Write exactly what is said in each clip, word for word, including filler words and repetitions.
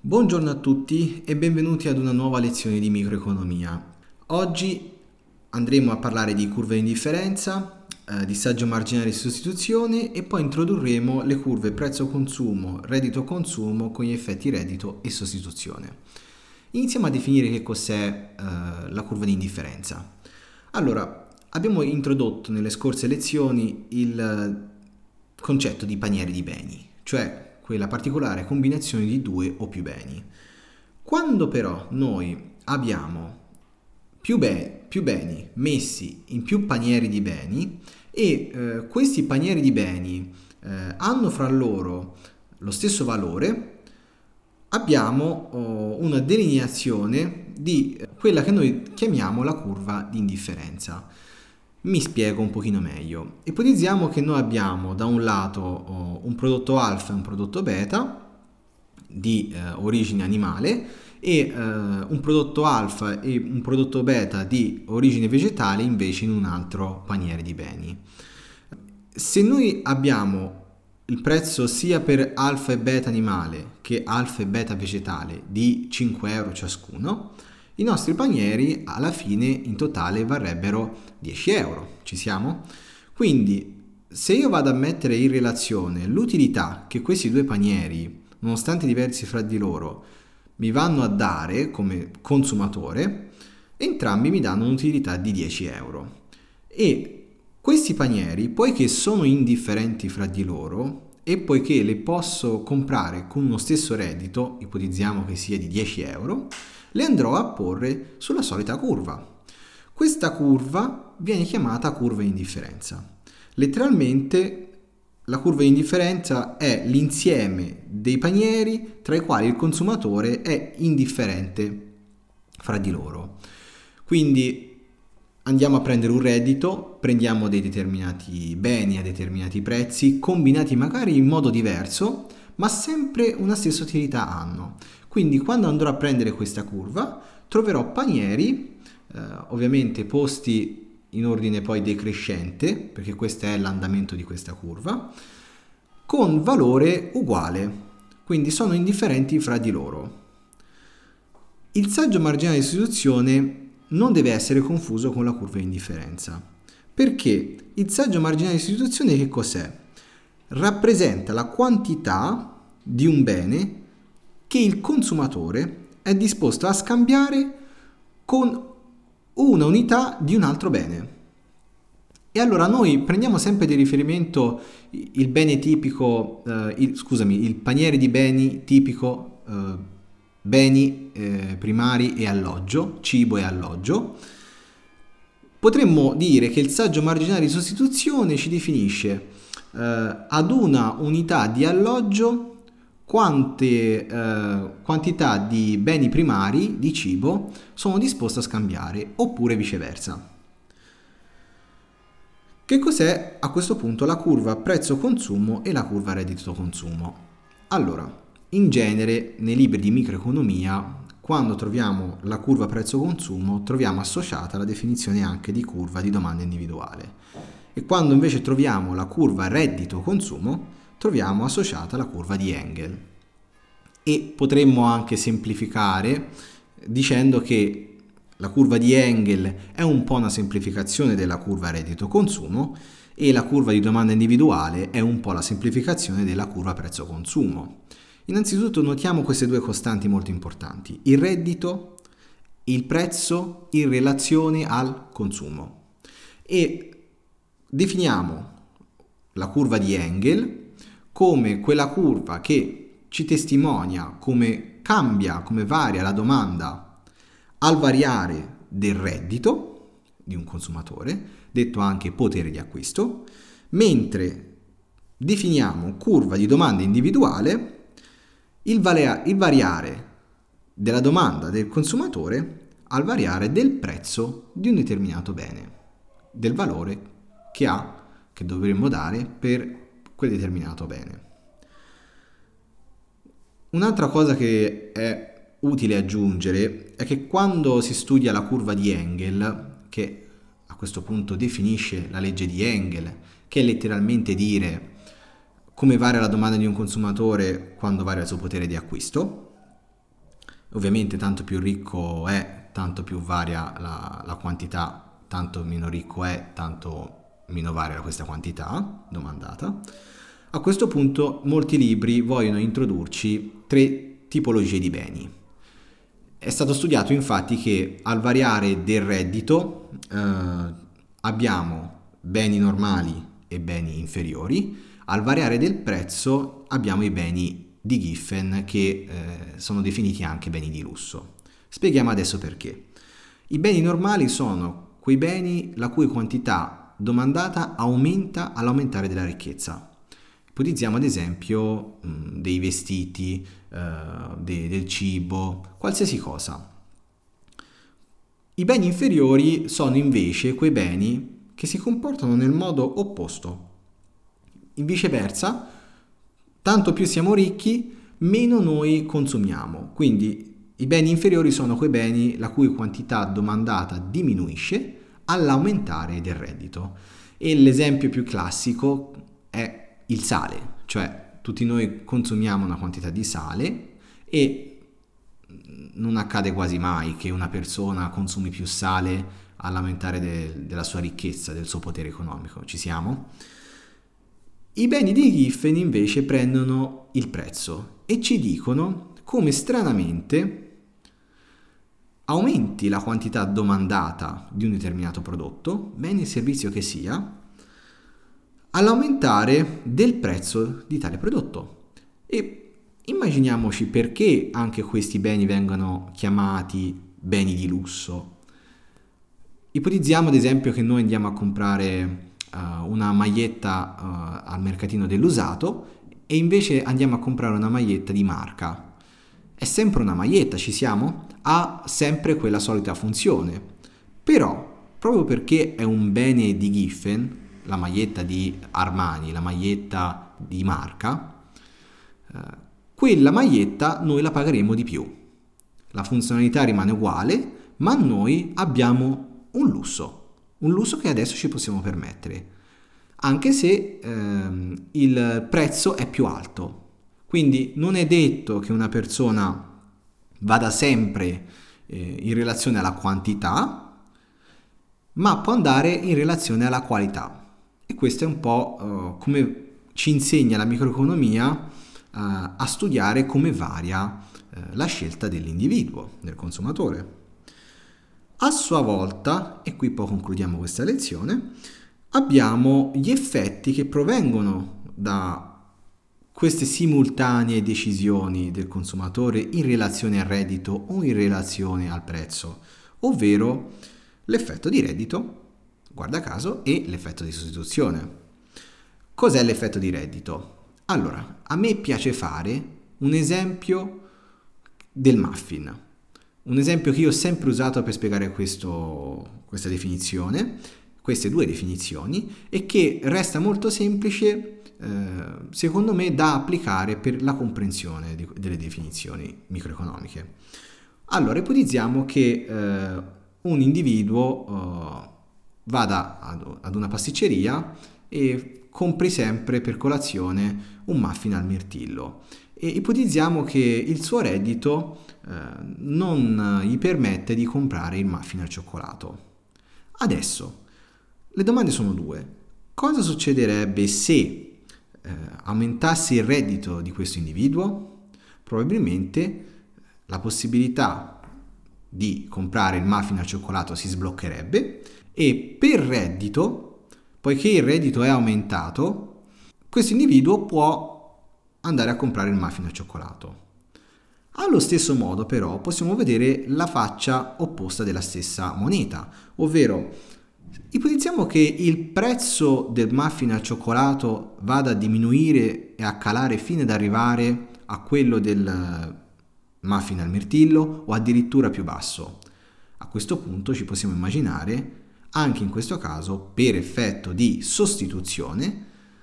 Buongiorno a tutti e benvenuti ad una nuova lezione di microeconomia. Oggi andremo a parlare di curve di indifferenza, eh, di saggio marginale di sostituzione e poi introdurremo le curve prezzo-consumo, reddito-consumo con gli effetti reddito e sostituzione. Iniziamo a definire che cos'è eh, la curva di indifferenza. Allora, abbiamo introdotto nelle scorse lezioni il concetto di paniere di beni, cioè quella particolare combinazione di due o più beni. Quando però noi abbiamo più, be- più beni messi in più panieri di beni e eh, questi panieri di beni eh, hanno fra loro lo stesso valore, abbiamo oh, una delineazione di quella che noi chiamiamo la curva di indifferenza. Mi spiego un pochino meglio. Ipotizziamo che noi abbiamo da un lato oh, un prodotto alfa e un prodotto beta di eh, origine animale e eh, un prodotto alfa e un prodotto beta di origine vegetale invece in un altro paniere di beni. Se noi abbiamo il prezzo sia per alfa e beta animale che alfa e beta vegetale di cinque euro ciascuno, i nostri panieri alla fine in totale varrebbero dieci euro, ci siamo? Quindi se io vado a mettere in relazione l'utilità che questi due panieri, nonostante diversi fra di loro, mi vanno a dare come consumatore, entrambi mi danno un'utilità di dieci euro. E questi panieri, poiché sono indifferenti fra di loro e poiché le posso comprare con uno stesso reddito, ipotizziamo che sia di dieci euro, le andrò a porre sulla solita curva. Questa curva viene chiamata curva di indifferenza. Letteralmente la curva di indifferenza è l'insieme dei panieri tra i quali il consumatore è indifferente fra di loro. Quindi andiamo a prendere un reddito, prendiamo dei determinati beni a determinati prezzi, combinati magari in modo diverso, ma sempre una stessa utilità hanno. Quindi quando andrò a prendere questa curva troverò panieri eh, ovviamente posti in ordine poi decrescente, perché questo è l'andamento di questa curva, con valore uguale, quindi sono indifferenti fra di loro. Il saggio marginale di sostituzione non deve essere confuso con la curva di indifferenza, perché il saggio marginale di sostituzione che cos'è? Rappresenta la quantità di un bene che il consumatore è disposto a scambiare con una unità di un altro bene. E allora noi prendiamo sempre di riferimento il bene tipico, eh, il, scusami, il paniere di beni tipico, eh, beni eh, primari e alloggio, cibo e alloggio. Potremmo dire che il saggio marginale di sostituzione ci definisce eh, ad una unità di alloggio quante eh, quantità di beni primari di cibo sono disposto a scambiare, oppure viceversa. Che cos'è a questo punto la curva prezzo-consumo e la curva reddito-consumo? Allora, in genere nei libri di microeconomia, quando troviamo la curva prezzo-consumo, troviamo associata la definizione anche di curva di domanda individuale. E quando invece troviamo la curva reddito-consumo, troviamo associata la curva di Engel. E potremmo anche semplificare dicendo che la curva di Engel è un po' una semplificazione della curva reddito-consumo e la curva di domanda individuale è un po' la semplificazione della curva prezzo-consumo. Innanzitutto notiamo queste due costanti molto importanti: il reddito, il prezzo in relazione al consumo. E definiamo la curva di Engel come quella curva che ci testimonia come cambia, come varia la domanda al variare del reddito di un consumatore, detto anche potere di acquisto, mentre definiamo curva di domanda individuale il, valea- il variare della domanda del consumatore al variare del prezzo di un determinato bene, del valore che ha, che dovremmo dare per quel determinato bene. Un'altra cosa che è utile aggiungere è che quando si studia la curva di Engel, che a questo punto definisce la legge di Engel, che è letteralmente dire come varia la domanda di un consumatore quando varia il suo potere di acquisto, Ovviamente tanto più ricco è, tanto più varia la, la quantità, tanto meno ricco è, tanto meno varia questa quantità domandata. A questo punto molti libri vogliono introdurci tre tipologie di beni. È stato studiato infatti che al variare del reddito eh, abbiamo beni normali e beni inferiori, al variare del prezzo abbiamo i beni di Giffen che eh, sono definiti anche beni di lusso. Spieghiamo adesso perché. I beni normali sono quei beni la cui quantità domandata aumenta all'aumentare della ricchezza. Ipotizziamo ad esempio mh, dei vestiti, eh, de- del cibo, qualsiasi cosa. I beni inferiori sono invece quei beni che si comportano nel modo opposto. In viceversa, tanto più siamo ricchi, meno noi consumiamo. Quindi i beni inferiori sono quei beni la cui quantità domandata diminuisce all'aumentare del reddito. E l'esempio più classico è il sale, cioè tutti noi consumiamo una quantità di sale e non accade quasi mai che una persona consumi più sale all'aumentare de- della sua ricchezza, del suo potere economico. Ci siamo? I beni di Giffen invece prendono il prezzo e ci dicono come stranamente aumenti la quantità domandata di un determinato prodotto, bene e servizio che sia, all'aumentare del prezzo di tale prodotto. E immaginiamoci perché anche questi beni vengono chiamati beni di lusso. Ipotizziamo ad esempio che noi andiamo a comprare uh, una maglietta uh, al mercatino dell'usato e invece andiamo a comprare una maglietta di marca. È sempre una maglietta, ci siamo? Ha sempre quella solita funzione. Però, proprio perché è un bene di Giffen, la maglietta di Armani, la maglietta di marca, uh, quella maglietta noi la pagheremo di più. La funzionalità rimane uguale, ma noi abbiamo un lusso, un lusso che adesso ci possiamo permettere, anche se ehm, il prezzo è più alto. Quindi non è detto che una persona vada sempre eh, in relazione alla quantità, ma può andare in relazione alla qualità. E questo è un po' eh, come ci insegna la microeconomia eh, a studiare come varia eh, la scelta dell'individuo, del consumatore. A sua volta, e qui poi concludiamo questa lezione, abbiamo gli effetti che provengono da queste simultanee decisioni del consumatore in relazione al reddito o in relazione al prezzo, ovvero l'effetto di reddito, guarda caso, e l'effetto di sostituzione. Cos'è l'effetto di reddito? Allora, a me piace fare un esempio del muffin. Un esempio che io ho sempre usato per spiegare questo, questa definizione, queste due definizioni, e che resta molto semplice, eh, secondo me, da applicare per la comprensione di, delle definizioni microeconomiche. Allora, ipotizziamo che eh, un individuo eh, vada ad, ad una pasticceria e compri sempre per colazione un muffin al mirtillo. E ipotizziamo che il suo reddito eh, non gli permette di comprare il muffin al cioccolato. Adesso, le domande sono due. Cosa succederebbe se eh, aumentasse il reddito di questo individuo? Probabilmente la possibilità di comprare il muffin al cioccolato si sbloccherebbe e per reddito, poiché il reddito è aumentato, questo individuo può andare a comprare il muffin al cioccolato. Allo stesso modo però possiamo vedere la faccia opposta della stessa moneta, ovvero ipotizziamo che il prezzo del muffin al cioccolato vada a diminuire e a calare fino ad arrivare a quello del muffin al mirtillo o addirittura più basso. A questo punto ci possiamo immaginare, anche in questo caso, per effetto di sostituzione,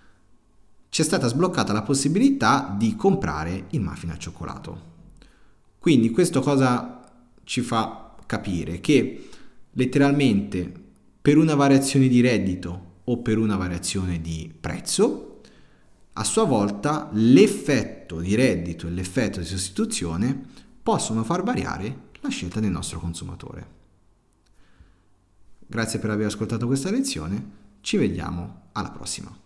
c'è stata sbloccata la possibilità di comprare il muffin al cioccolato. Quindi questo cosa ci fa capire? Che letteralmente per una variazione di reddito o per una variazione di prezzo, a sua volta l'effetto di reddito e l'effetto di sostituzione possono far variare la scelta del nostro consumatore. Grazie per aver ascoltato questa lezione, ci vediamo alla prossima.